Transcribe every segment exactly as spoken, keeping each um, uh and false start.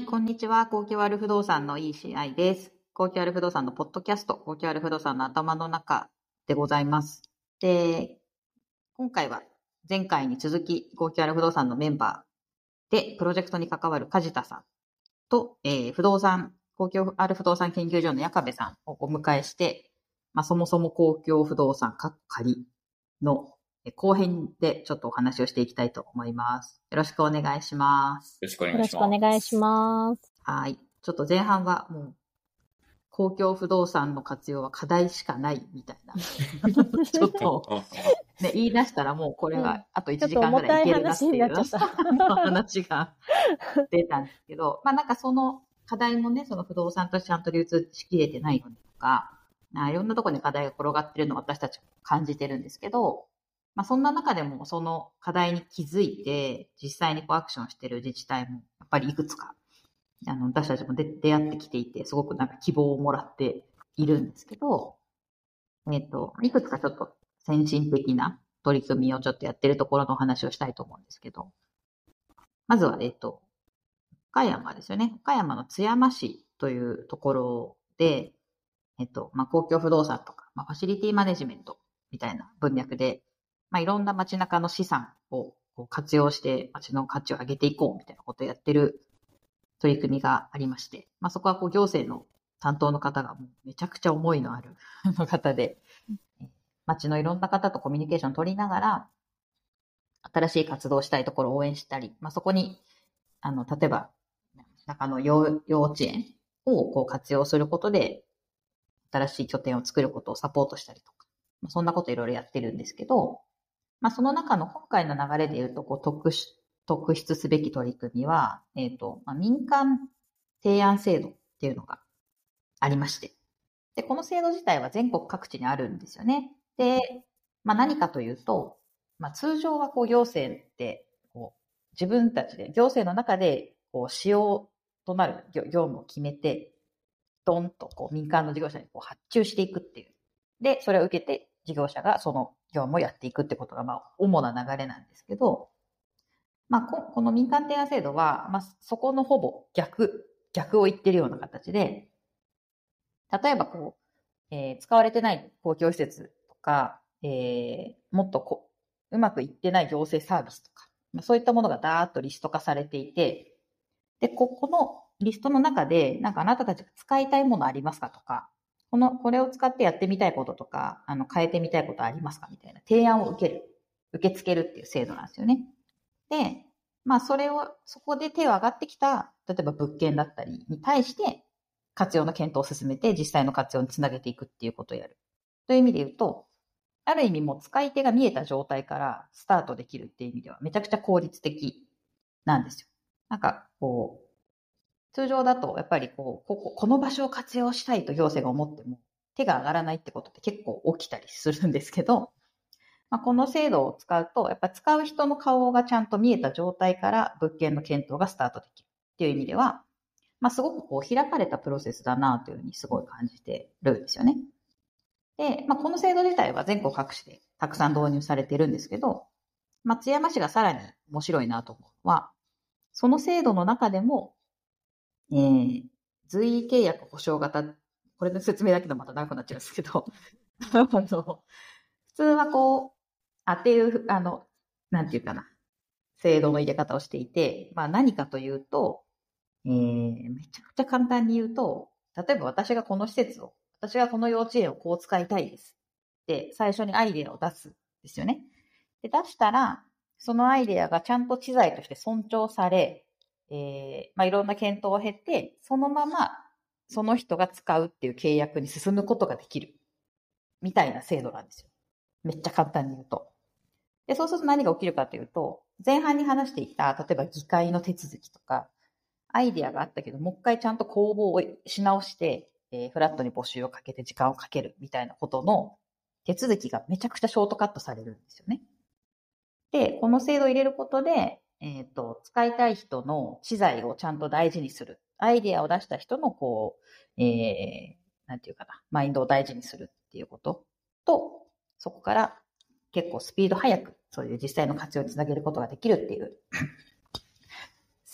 こんにちは。高級ある不動産のいい試合です。高級ある不動産のポッドキャスト、高級ある不動産の頭の中でございます。で、今回は前回に続き、高級ある不動産のメンバーで、プロジェクトに関わる梶田さんと、えー、不動産、高級ある不動産研究所の矢壁さんをお迎えして、まあ、そもそも公共不動産仮の後編でちょっとお話をしていきたいと思います。よろしくお願いします。 よろしくお願いします。 よろしくお願いします。 はい。ちょっと前半はもう、公共不動産の活用は課題しかないみたいな。ちょっと、ね、言い出したらもうこれはあといちじかんぐらいいけるなっていう話が出たんですけど、まあなんかその課題もね、その不動産としてちゃんと流通しきれてないのとか、いろんなところに課題が転がってるのを私たちも感じてるんですけど、まあそんな中でもその課題に気づいて実際にこうアクションしてる自治体もやっぱりいくつかあの私たちもで出会ってきていて、すごくなんか希望をもらっているんですけど、えっと、いくつかちょっと先進的な取り組みをちょっとやってるところのお話をしたいと思うんですけど、まずは、えっと、岡山ですよね。岡山の津山市というところで、えっと、まあ、公共不動産とか、まあ、ファシリティマネジメントみたいな文脈で、まあ、いろんな街中の資産をこう活用して街の価値を上げていこうみたいなことをやってる取り組みがありまして、まあ、そこはこう行政の担当の方がもうめちゃくちゃ思いのある方で、街のいろんな方とコミュニケーションを取りながら、新しい活動をしたいところを応援したり、まあ、そこに、あの、例えば、中の幼稚園をこう活用することで、新しい拠点を作ることをサポートしたりとか、まあ、そんなこといろいろやってるんですけど、まあ、その中の今回の流れで言うと、こう特殊、特筆すべき取り組みは、えっと、まあ、民間提案制度っていうのがありまして。で、この制度自体は全国各地にあるんですよね。で、まあ何かというと、まあ通常はこう行政ってこう自分たちで行政の中でこう使用となる業務を決めて、ドンとこう民間の事業者にこう発注していくっていう。で、それを受けて事業者がその業務をやっていくってことがまあ主な流れなんですけど、まあこの民間提案制度は、まあそこのほぼ逆、逆を言ってるような形で、例えばこう、えー、使われてない公共施設とか、えー、もっとこう、うまくいってない行政サービスとか、まあ、そういったものがダーッとリスト化されていて、で、ここのリストの中で、なんかあなたたちが使いたいものありますかとか、この、これを使ってやってみたいこととか、あの、変えてみたいことありますかみたいな提案を受ける、受け付けるっていう制度なんですよね。で、まあそれを、そこで手を上がってきた、例えば物件だったりに対して、活用の検討を進めて実際の活用につなげていくっていうことをやる。という意味で言うと、ある意味もう使い手が見えた状態からスタートできるっていう意味ではめちゃくちゃ効率的なんですよ。なんかこう、通常だとやっぱりこう、ここ、この場所を活用したいと行政が思っても手が上がらないってことって結構起きたりするんですけど、まあ、この制度を使うと、やっぱ使う人の顔がちゃんと見えた状態から物件の検討がスタートできるっていう意味では、まあ、すごくこう開かれたプロセスだなというふうにすごい感じてるんですよね。で、まあ、この制度自体は全国各地でたくさん導入されてるんですけど、松山市がさらに面白いなと思うのは、その制度の中でも、えー、随意契約保証型、これの説明だけでまた長くなっちゃうんですけど、あの普通はこう、当てる、あの、なんていうかな、制度の入れ方をしていて、まあ何かというと、えー、めちゃくちゃ簡単に言うと、例えば私がこの施設を、私がこの幼稚園をこう使いたいです。で、最初にアイデアを出すんですよね。で、出したら、そのアイデアがちゃんと知財として尊重され、えー、まあいろんな検討を経て、そのままその人が使うっていう契約に進むことができる。みたいな制度なんですよ。めっちゃ簡単に言うと。で、そうすると何が起きるかというと、前半に話していた、例えば議会の手続きとか、アイディアがあったけど、もう一回ちゃんと公募をし直して、えー、フラットに募集をかけて時間をかけるみたいなことの手続きがめちゃくちゃショートカットされるんですよね。で、この制度を入れることで、えっと、使いたい人の知財をちゃんと大事にする。アイディアを出した人のこう、えー、なんていうかな、マインドを大事にするっていうことと、そこから結構スピード早く、そういう実際の活用につなげることができるっていう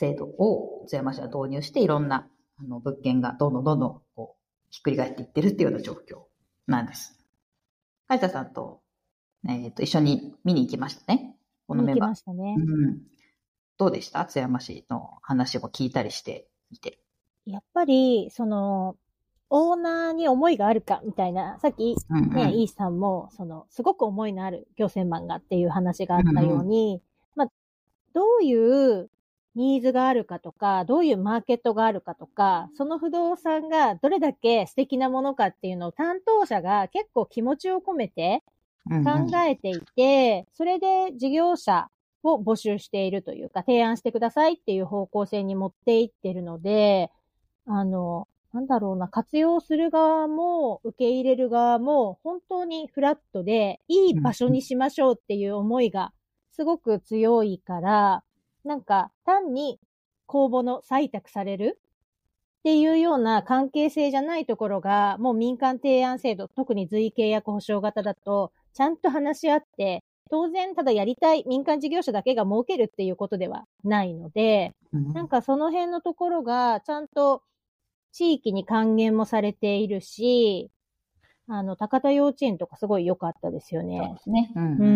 制度を津山市は導入して、いろんなあの物件がどんどんどんどんこうひっくり返っていってるっていうような状況なんです。梶田さんと、えっと、一緒に見に行きましたね。このメンバー。 見に行きましたね。 うん。どうでした津山市の話も聞いたりしてみて。 やっぱり、その、オーナーに思いがあるかみたいな、さっきうんうん、 ね、イースさんも、その、すごく思いのある行政マンがっていう話があったように、うんうん、まあ、どういうニーズがあるかとか、どういうマーケットがあるかとか、その不動産がどれだけ素敵なものかっていうのを担当者が結構気持ちを込めて考えていて、うんうん、それで事業者を募集しているというか、提案してくださいっていう方向性に持っていってるので、あの、なんだろうな、活用する側も受け入れる側も本当にフラットでいい場所にしましょうっていう思いがすごく強いから、なんか単に公募の採択されるっていうような関係性じゃないところが、もう民間提案制度、特に随意契約保証型だと、ちゃんと話し合って、当然ただやりたい民間事業者だけが儲けるっていうことではないので、なんかその辺のところがちゃんと地域に還元もされているし、あの、高田幼稚園とかすごい良かったですよね。 そうですね。うん、 うん。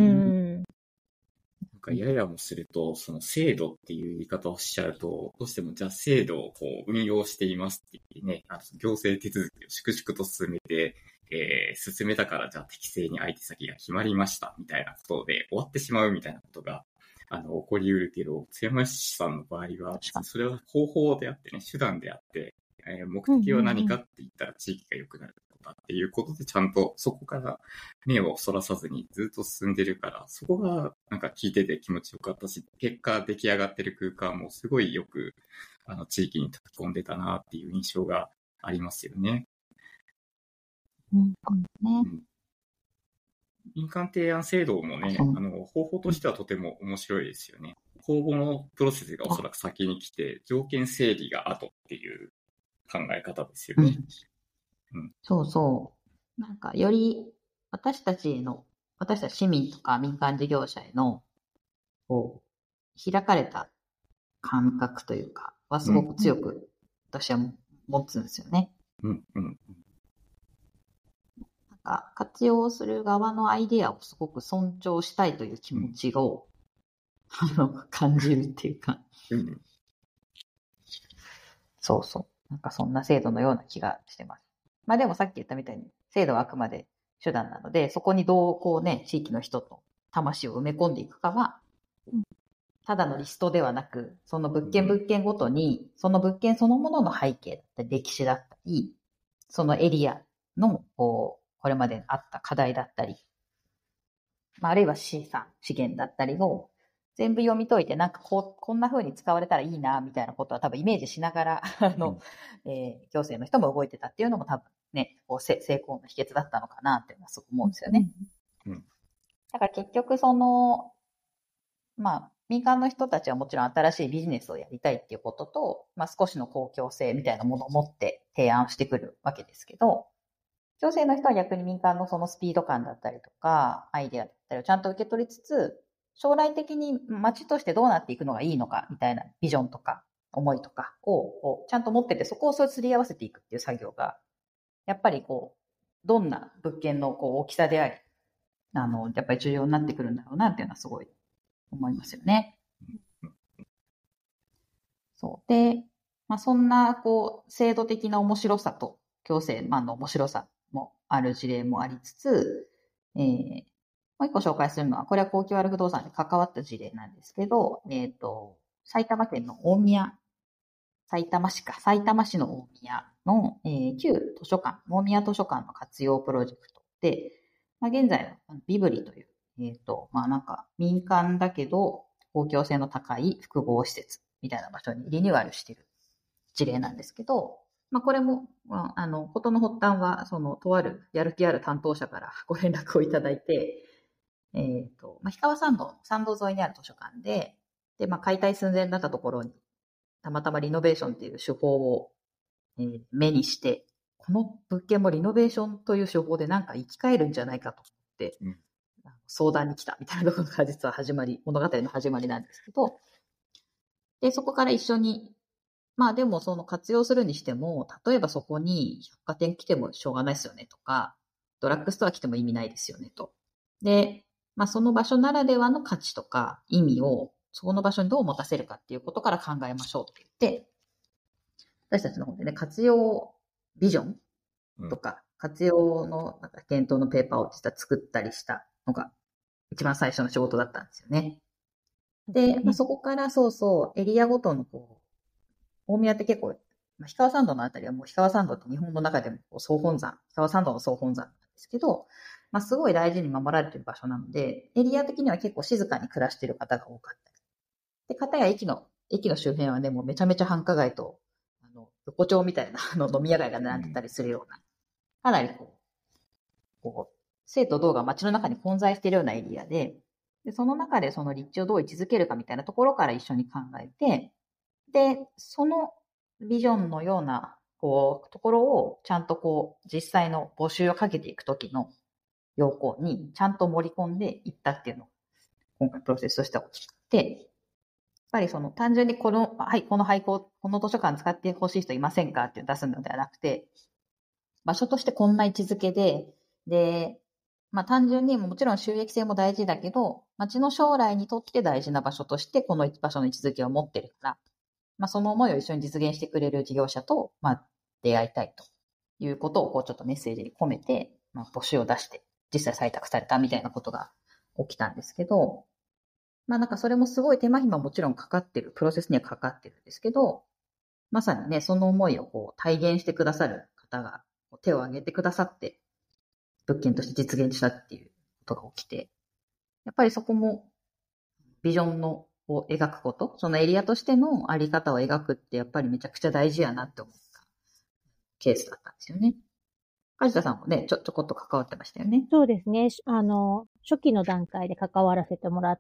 なんかややもすると、その制度っていう言い方をしちゃうと、どうしてもじゃあ制度をこう運用していますって言ってね、あの行政手続きを粛々と進めて、えー、進めたからじゃあ適正に相手先が決まりましたみたいなことで終わってしまうみたいなことが、あの、起こり得るけど、津山市さんの場合は、それは方法であってね、手段であって、えー、目的は何かって言ったら地域が良くなることだっていうことでちゃんとそこから目をそらさずにずっと進んでるから、そこがなんか聞いてて気持ちよかったし、結果出来上がってる空間もすごいよくあの地域に溶け込んでたなっていう印象がありますよね。 うん、ね、 うん、民間提案制度もね、あの方法としてはとても面白いですよね。公募のプロセスがおそらく先に来て、条件整理が後っていう考え方ですよね。 うんうん、そうそう。なんかより私たちへの、私たち市民とか民間事業者へのこう開かれた感覚というかはすごく強く私は持つんですよね。 うんうん、 なんか活用する側のアイデアをすごく尊重したいという気持ちを、うん、あの感じるっていうか、 うん、 そうそう。なんかそんな制度のような気がしてます。まあでもさっき言ったみたいに制度はあくまで手段なので、そこにどうこうね、地域の人と魂を埋め込んでいくかは、ただのリストではなく、その物件物件ごとに、その物件そのものの背景だったり、歴史だったり、そのエリアのこうこれまであった課題だったり、まあ、あるいは資産、資源だったりを全部読み解いて、なんかこう、こんな風に使われたらいいな、みたいなことは多分イメージしながら、あの、うん、えー、行政の人も動いてたっていうのも多分ね、こう成功の秘訣だったのかなっていうのはすごく思うんですよね。 うんうん、 だから結局その、まあ、民間の人たちはもちろん新しいビジネスをやりたいっていうことと、まあ少しの公共性みたいなものを持って提案してくるわけですけど、行政の人は逆に民間のそのスピード感だったりとか、アイデアだったりをちゃんと受け取りつつ、将来的に街としてどうなっていくのがいいのかみたいなビジョンとか思いとかをこうちゃんと持ってて、そこをそうすり合わせていくっていう作業が、やっぱりこう、どんな物件のこう大きさであり、あの、やっぱり重要になってくるんだろうなっていうのはすごい思いますよね。そう。で、まあそんなこう、制度的な面白さと行政マンの面白さもある事例もありつつ、えー、もう一個紹介するのは、これは高級ある不動産に関わった事例なんですけど、えっと、埼玉県の大宮、埼玉市か、埼玉市の大宮の、えー、旧図書館、大宮図書館の活用プロジェクトで、まあ、現在のビブリという、えっと、まあなんか民間だけど公共性の高い複合施設みたいな場所にリニューアルしている事例なんですけど、まあこれも、まあ、あの、ことの発端は、その、とあるやる気ある担当者からご連絡をいただいて、えっと、まあ、氷川参道、参道沿いにある図書館で、で、まあ解体寸前だったところに、たまたまリノベーションっていう手法を、えー、目にして、この物件もリノベーションという手法でなんか生き返るんじゃないかと思って、うん、相談に来たみたいなところが実は始まり、物語の始まりなんですけど、 で、そこから一緒に、まあでもその活用するにしても、例えばそこに百貨店来てもしょうがないですよねとか、ドラッグストア来ても意味ないですよねと。で、まあその場所ならではの価値とか意味をそこの場所にどう持たせるかっていうことから考えましょうって言って、私たちの方でね、活用ビジョンとか、うん、活用のなんか検討のペーパーを実は作ったりしたのが一番最初の仕事だったんですよね。で、まあ、そこからそうそう、エリアごとのこう、大宮って結構、まあ、氷川参道のあたりはもう氷川参道って日本の中でもこう総本山、氷川参道の総本山なんですけど、まあ、すごい大事に守られている場所なので、エリア的には結構静かに暮らしている方が多かったり。で、方や駅の、駅の周辺はね、もうめちゃめちゃ繁華街と、あの、横丁みたいなあの飲み屋街が並んでたりするような、かなりこう、こう、生と動が街の中に混在しているようなエリアで、で、その中でその立地をどう位置づけるかみたいなところから一緒に考えて、で、そのビジョンのような、こう、ところをちゃんとこう、実際の募集をかけていくときの要項にちゃんと盛り込んでいったっていうのが、今回プロセスとして起きて、やっぱりその単純にこの、はい、この廃校、この図書館使ってほしい人いませんかっていうのを出すのではなくて、場所としてこんな位置づけで、で、まあ単純にもちろん収益性も大事だけど、街の将来にとって大事な場所としてこの場所の位置づけを持ってるから、まあその思いを一緒に実現してくれる事業者と、まあ出会いたいということをこうちょっとメッセージに込めて、まあ募集を出して実際採択されたみたいなことが起きたんですけど、まあなんかそれもすごい手間暇もちろんかかってる、プロセスにはかかってるんですけど、まさにね、その思いをこう体現してくださる方が手を挙げてくださって、物件として実現したっていうことが起きて、やっぱりそこもビジョンのを描くこと、そのエリアとしてのあり方を描くってやっぱりめちゃくちゃ大事やなって思ったケースだったんですよね。梶田さんもね、ちょ、ちょこっと関わってましたよね。 そうですね。あの、初期の段階で関わらせてもらって、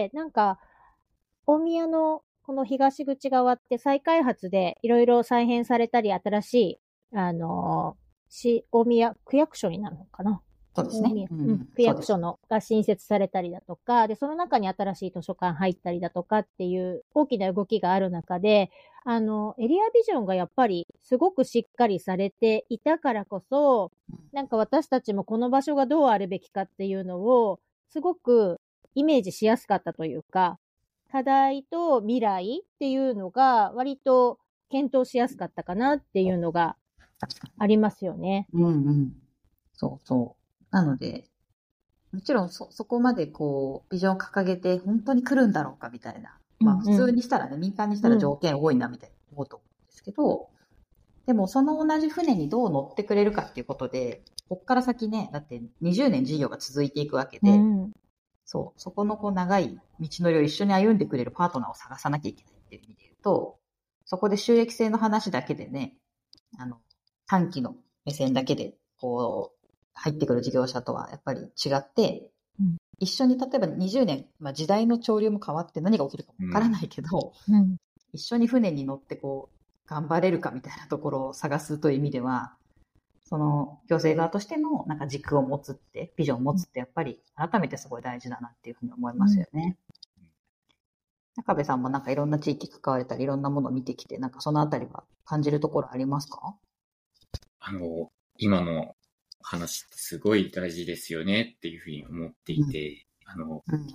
なんか、大宮のこの東口側って再開発でいろいろ再編されたり、新しい、あの、し、大宮区役所になるのかな。 そうですね。 うん、区役所のが新設されたりだとか、で、その中に新しい図書館入ったりだとかっていう大きな動きがある中で、あの、エリアビジョンがやっぱりすごくしっかりされていたからこそ、なんか私たちもこの場所がどうあるべきかっていうのを、すごくイメージしやすかったというか、課題と未来っていうのが割と検討しやすかったかなっていうのがありますよね。 うんうん。そうそう。なので、もちろんそ、そこまでこう、ビジョンを掲げて本当に来るんだろうかみたいな。まあ普通にしたらね、うんうん、民間にしたら条件多いなみたいな思うと思うんですけど、でもその同じ船にどう乗ってくれるかっていうことで、こっから先ね、だってにじゅうねん事業が続いていくわけで、うん、そう、そこのこう長い道のりを一緒に歩んでくれるパートナーを探さなきゃいけないっていう意味で言うと、そこで収益性の話だけでね、あの、短期の目線だけで、こう、入ってくる事業者とはやっぱり違って、うん、一緒に例えばにじゅうねん、まあ、時代の潮流も変わって何が起きるかわからないけど、うん、一緒に船に乗ってこう、頑張れるかみたいなところを探すという意味では、その行政側としてのなんか軸を持つって、ビジョンを持つってやっぱり改めてすごい大事だなっていうふうに思いますよね。うん、中部さんもなんかいろんな地域関われたりいろんなものを見てきて、なんかそのあたりは感じるところありますか？ あの、今の話ってすごい大事ですよねっていうふうに思っていて、うん、あの、うん、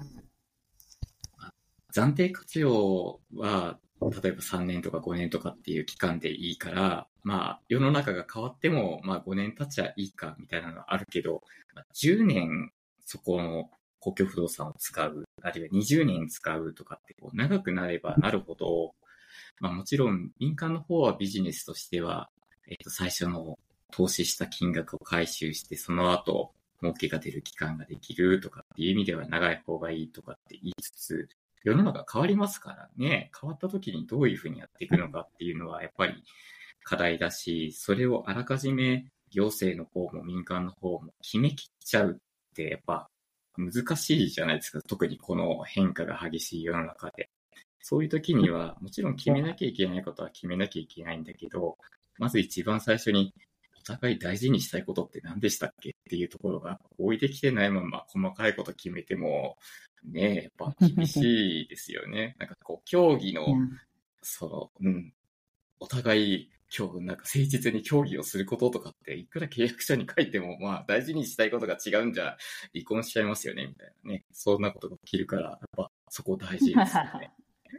暫定活用は、例えばさんねんとかごねんとかっていう期間でいいから、まあ世の中が変わっても、まあごねん経っちゃいいかみたいなのはあるけど、じゅうねんそこの公共不動産を使う、あるいはにじゅうねん使うとかってこう長くなればなるほど、まあもちろん民間の方はビジネスとしては、えっと最初の投資した金額を回収して、その後儲けが出る期間ができるとかっていう意味では長い方がいいとかって言いつつ、世の中変わりますからね。変わった時にどういうふうにやっていくのかっていうのはやっぱり課題だし、それをあらかじめ行政の方も民間の方も決めきっちゃうってやっぱ難しいじゃないですか。特にこの変化が激しい世の中で。そういう時にはもちろん決めなきゃいけないことは決めなきゃいけないんだけど、まず一番最初にお互い大事にしたいことって何でしたっけっていうところが置いてきてないまま細かいこと決めても、ね、やっぱ厳しいですよね。なんかこう、競技の、その、うん、お互い、今日、なんか誠実に協議をすることとかって、いくら契約書に書いても、まあ、大事にしたいことが違うんじゃ、離婚しちゃいますよね、みたいなね。そんなことが起きるから、やっぱ、そこ大事ですよね。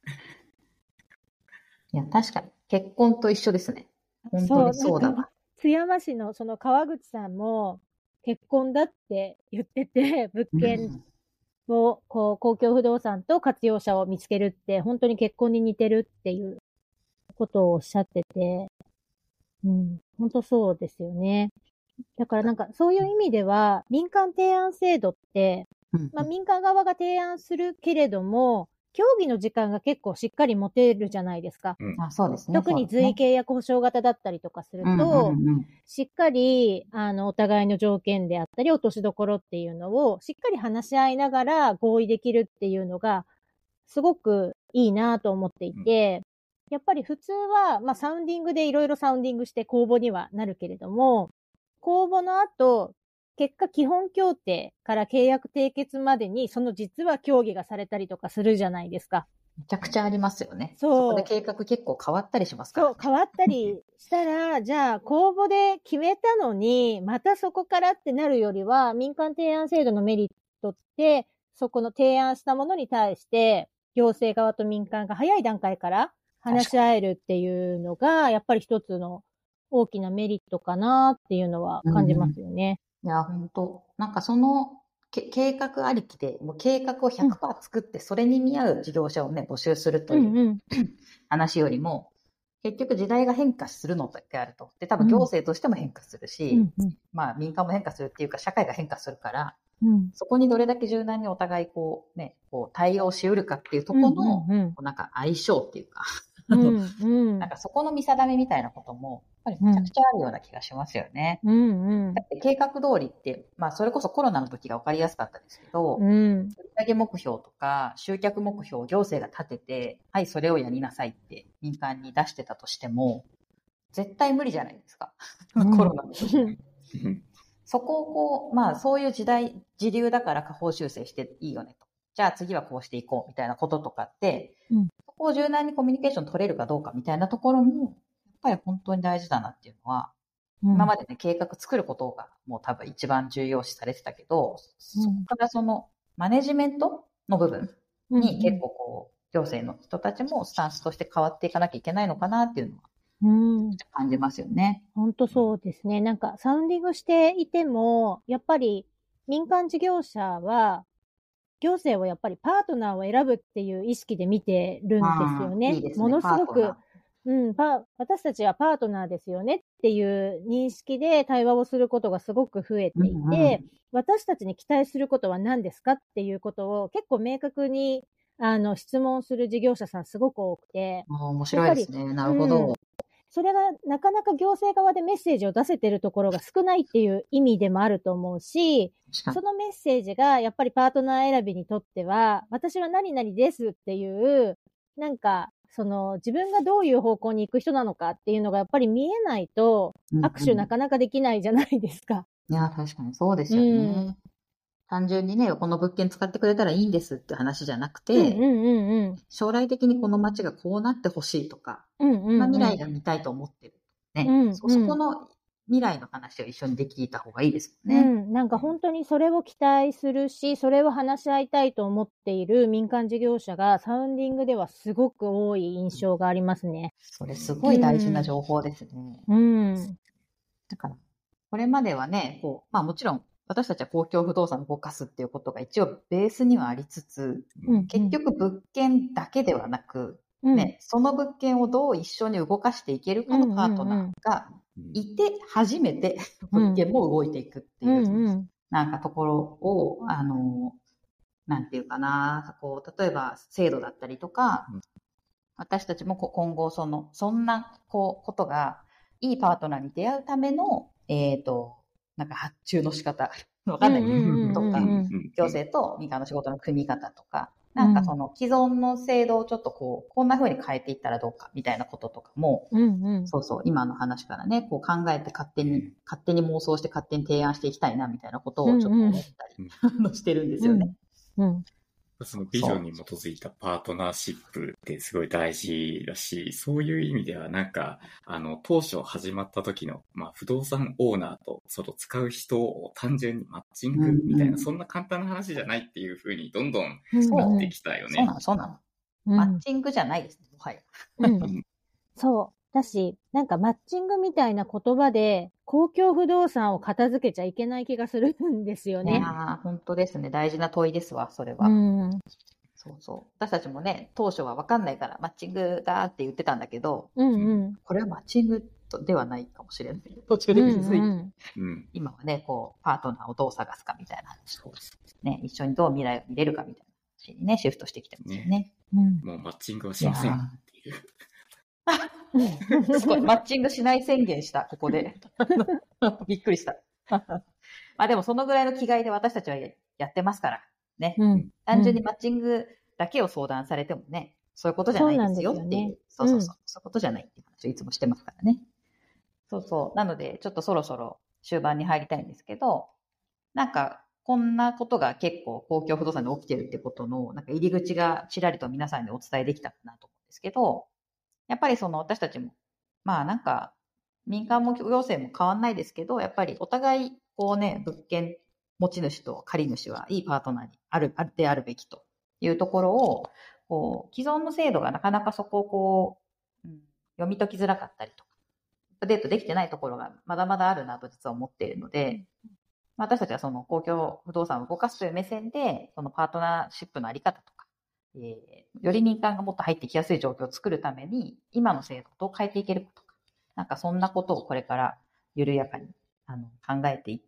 いや、確かに。結婚と一緒ですね。本当にそうだわ。 津山市のその川口さんも、結婚だって言ってて、物件を、こう、公共不動産と活用者を見つけるって、本当に結婚に似てるっていうことをおっしゃってて、うん、本当そうですよね。だからなんかそういう意味では民間提案制度って、まあ民間側が提案するけれども、協議の時間が結構しっかり持てるじゃないですか。 うん、あ、そうですね。 特に随意契約保証型だったりとかすると、うんうんうん、しっかりあのお互いの条件であったり落としどころっていうのをしっかり話し合いながら合意できるっていうのがすごくいいなと思っていて、やっぱり普通は、まあ、サウンディングでいろいろサウンディングして公募にはなるけれども、公募の後、結果基本協定から契約締結までに、その実は協議がされたりとかするじゃないですか。 めちゃくちゃありますよね。そう。そこで計画結構変わったりしますから、ね。 そう、変わったりしたら、じゃあ公募で決めたのに、またそこからってなるよりは、民間提案制度のメリットって、そこの提案したものに対して、行政側と民間が早い段階から話し合えるっていうのが、やっぱり一つの大きなメリットかなっていうのは感じますよね。 うん、いや、本当なんかその計画ありきで、もう計画を ひゃくパーセント 作って、それに見合う事業者をね、募集するという、うんうん、話よりも、結局時代が変化するのであると。で、多分行政としても変化するし、うんうん、まあ民間も変化するっていうか、社会が変化するから、うん、そこにどれだけ柔軟にお互いこうね、こう対応しうるかっていうところの、うんうんうん、なんか相性っていうか、うんうん、なんかそこの見定めみたいなことも、やっぱりめちゃくちゃあるような気がしますよね。うんうん、だって計画通りって、まあそれこそコロナの時が分かりやすかったですけど、うん、売上目標とか集客目標を行政が立てて、はい、それをやりなさいって民間に出してたとしても、絶対無理じゃないですか。うん、コロナの時。そこをこう、まあそういう時代、時流だから下方修正していいよねと。じゃあ次はこうしていこうみたいなこととかって、うん、そこを柔軟にコミュニケーション取れるかどうかみたいなところも、やっぱり本当に大事だなっていうのは、うん、今までね、計画作ることがもう多分一番重要視されてたけど、うん、そこからそのマネジメントの部分に結構こう、行政の人たちもスタンスとして変わっていかなきゃいけないのかなっていうのは、うん、感じますよね。 本当そうですね。なんかサウンディングしていても、やっぱり民間事業者は、行政をやっぱりパートナーを選ぶっていう意識で見てるんですよね。いいですね、ものすごく、うんパ、私たちはパートナーですよねっていう認識で対話をすることがすごく増えていて、うんうん、私たちに期待することは何ですかっていうことを結構明確にあの質問する事業者さんすごく多くて。 あ、面白いですね。なるほど。うん、 それがなかなか行政側でメッセージを出せてるところが少ないっていう意味でもあると思うし、そのメッセージがやっぱりパートナー選びにとっては、私は何々ですっていう、なんか、その自分がどういう方向に行く人なのかっていうのがやっぱり見えないと、握手なかなかできないじゃないですか。 うんうん、いや、確かにそうですよね。うん単純にね、この物件使ってくれたらいいんですって話じゃなくて、うんうんうんうん、将来的にこの街がこうなってほしいとか、うんうんうん、まあ、未来が見たいと思ってる、ねうんうん、そ。そこの未来の話を一緒にできた方がいいですよね、 うん。なんか本当にそれを期待するし、それを話し合いたいと思っている民間事業者がサウンディングではすごく多い印象がありますね。 それすごい大事な情報ですね。うん。うん、だから、これまではね、こう、まあもちろん、私たちは公共不動産を動かすっていうことが一応ベースにはありつつ、うんうん、結局物件だけではなく、うんね、その物件をどう一緒に動かしていけるかのパートナーがいて初めて物件も動いていくっていう、うんうん、なんかところを、あの、なんていうかな、こう、例えば制度だったりとか、私たちも今後その、そんなこうことがいいパートナーに出会うための、えっと、なんか発注の仕方、わかんないとか、行政と民間の仕事の組み方とか、 なんかその既存の制度をちょっとこう、こんな風に変えていったらどうかみたいなこととかも、 うんうん、 そうそう、今の話からね、こう考えて勝手に、勝手に妄想して勝手に提案していきたいなみたいなことをちょっと思ったり、うんうん、してるんですよね。 うんうんそのビジョンに基づいたパートナーシップってすごい大事だし、そういう意味ではなんか、あの、当初始まった時の、まあ、不動産オーナーと、その使う人を単純にマッチングみたいな、うんうん、そんな簡単な話じゃないっていう風にどんどんなってきたよね。 そうなの、そうなの。うん、マッチングじゃないですね、もはや。 うん、そう。だし、なんかマッチングみたいな言葉で、公共不動産を片付けちゃいけない気がするんですよね。 いやー、本当ですね。大事な問いですわ、それは。うん、そうそう。私たちもね、当初は分かんないから、マッチングだって言ってたんだけど、 うんうん、 これはマッチングではないかもしれない。途中で気づいて。うんうん、今はね、こう、パートナーをどう探すかみたいな話を、ね、一緒にどう未来を見れるかみたいな話にね、シフトしてきてますよね。ね、 うん、もうマッチングはしませんっていう。 すごい、マッチングしない宣言した、ここで。びっくりした。まあでもそのぐらいの気概で私たちはやってますからね。うん、単純にマッチングだけを相談されてもね、そういうことじゃないですよっていう。そうそうそう、うん、そういうことじゃないっていう話をいつもしてますからね。そうそう。なので、ちょっとそろそろ終盤に入りたいんですけど、なんか、こんなことが結構公共不動産で起きてるってことの、なんか入り口がちらりと皆さんにお伝えできたかなと思うんですけど、やっぱりその私たちも、まあなんか、民間も行政も変わんないですけど、やっぱりお互い、こうね、物件持ち主と借り主はいいパートナーにある、あってあるべきというところを、こう、既存の制度がなかなかそこをこう、うん、読み解きづらかったりとか、アップデートできてないところがまだまだあるなと実は思っているので、私たちはその公共不動産を動かすという目線で、そのパートナーシップのあり方とか、えー、より民間がもっと入ってきやすい状況を作るために、今の制度をどう変えていけるかとか、なんかそんなことをこれから緩やかにあの考えていって、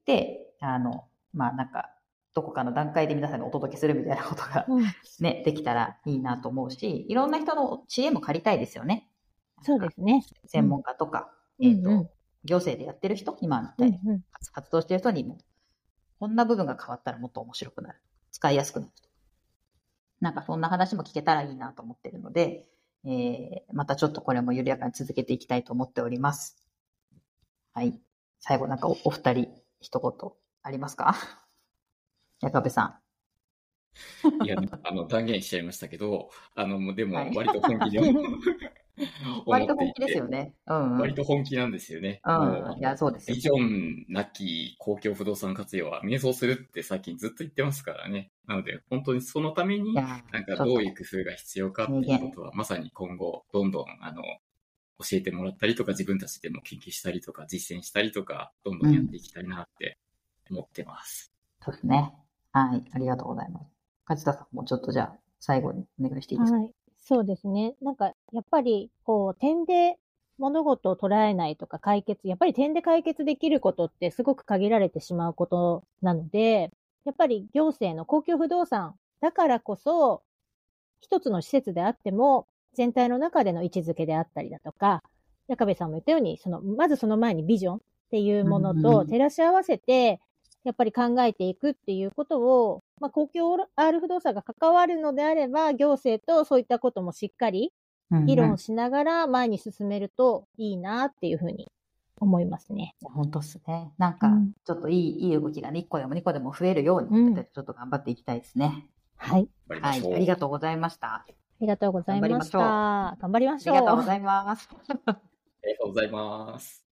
あの、まあなんか、どこかの段階で皆さんにお届けするみたいなことがね、うん、できたらいいなと思うし、いろんな人の知恵も借りたいですよね。 そうですね。 専門家とか、うん、えっと、うんうん、行政でやってる人、今みたいに活動してる人にも、こんな部分が変わったらもっと面白くなる。使いやすくなる。なんかそんな話も聞けたらいいなと思ってるので、えー、またちょっとこれも緩やかに続けていきたいと思っております。はい。最後なんか お, お二人一言ありますか？矢壁さん。いや、あの、断言しちゃいましたけど、あの、でも割と本気で、はい割と本気ですよね。うんうん、 割と本気なんですよね。 うん、もういや、そうですよ。 ビジョンなき公共不動産活用は迷走するって最近ずっと言ってますからね。なので、本当にそのために、なんかどういう工夫が必要かっていうことは、まさに今後、どんどん、あの、教えてもらったりとか、自分たちでも研究したりとか、実践したりとか、どんどんやっていきたいなって思ってます。 うん、そうですね。はい。ありがとうございます。梶田さんもちょっとじゃあ、最後にお願いしていいですか？はい。 そうですね。なんか、やっぱり、こう、点で物事を捉えないとか解決、やっぱり点で解決できることってすごく限られてしまうことなので、やっぱり行政の公共不動産だからこそ、一つの施設であっても、全体の中での位置づけであったりだとか、矢壁さんも言ったように、その、まずその前にビジョンっていうものと照らし合わせて、やっぱり考えていくっていうことを、まあ、公共 R 不動産が関わるのであれば、行政とそういったこともしっかり議論しながら前に進めるといいなっていうふうに思いますね。 本当ですね。なんか、ちょっといい、うん、いい動きがね、いっこでもにこでも増えるように、うん、ちょっと頑張っていきたいですね。 はい。 はい。ありがとうございました。 ありがとうございました。頑張りましょう。 ありがとうございます。 ありがとうございます。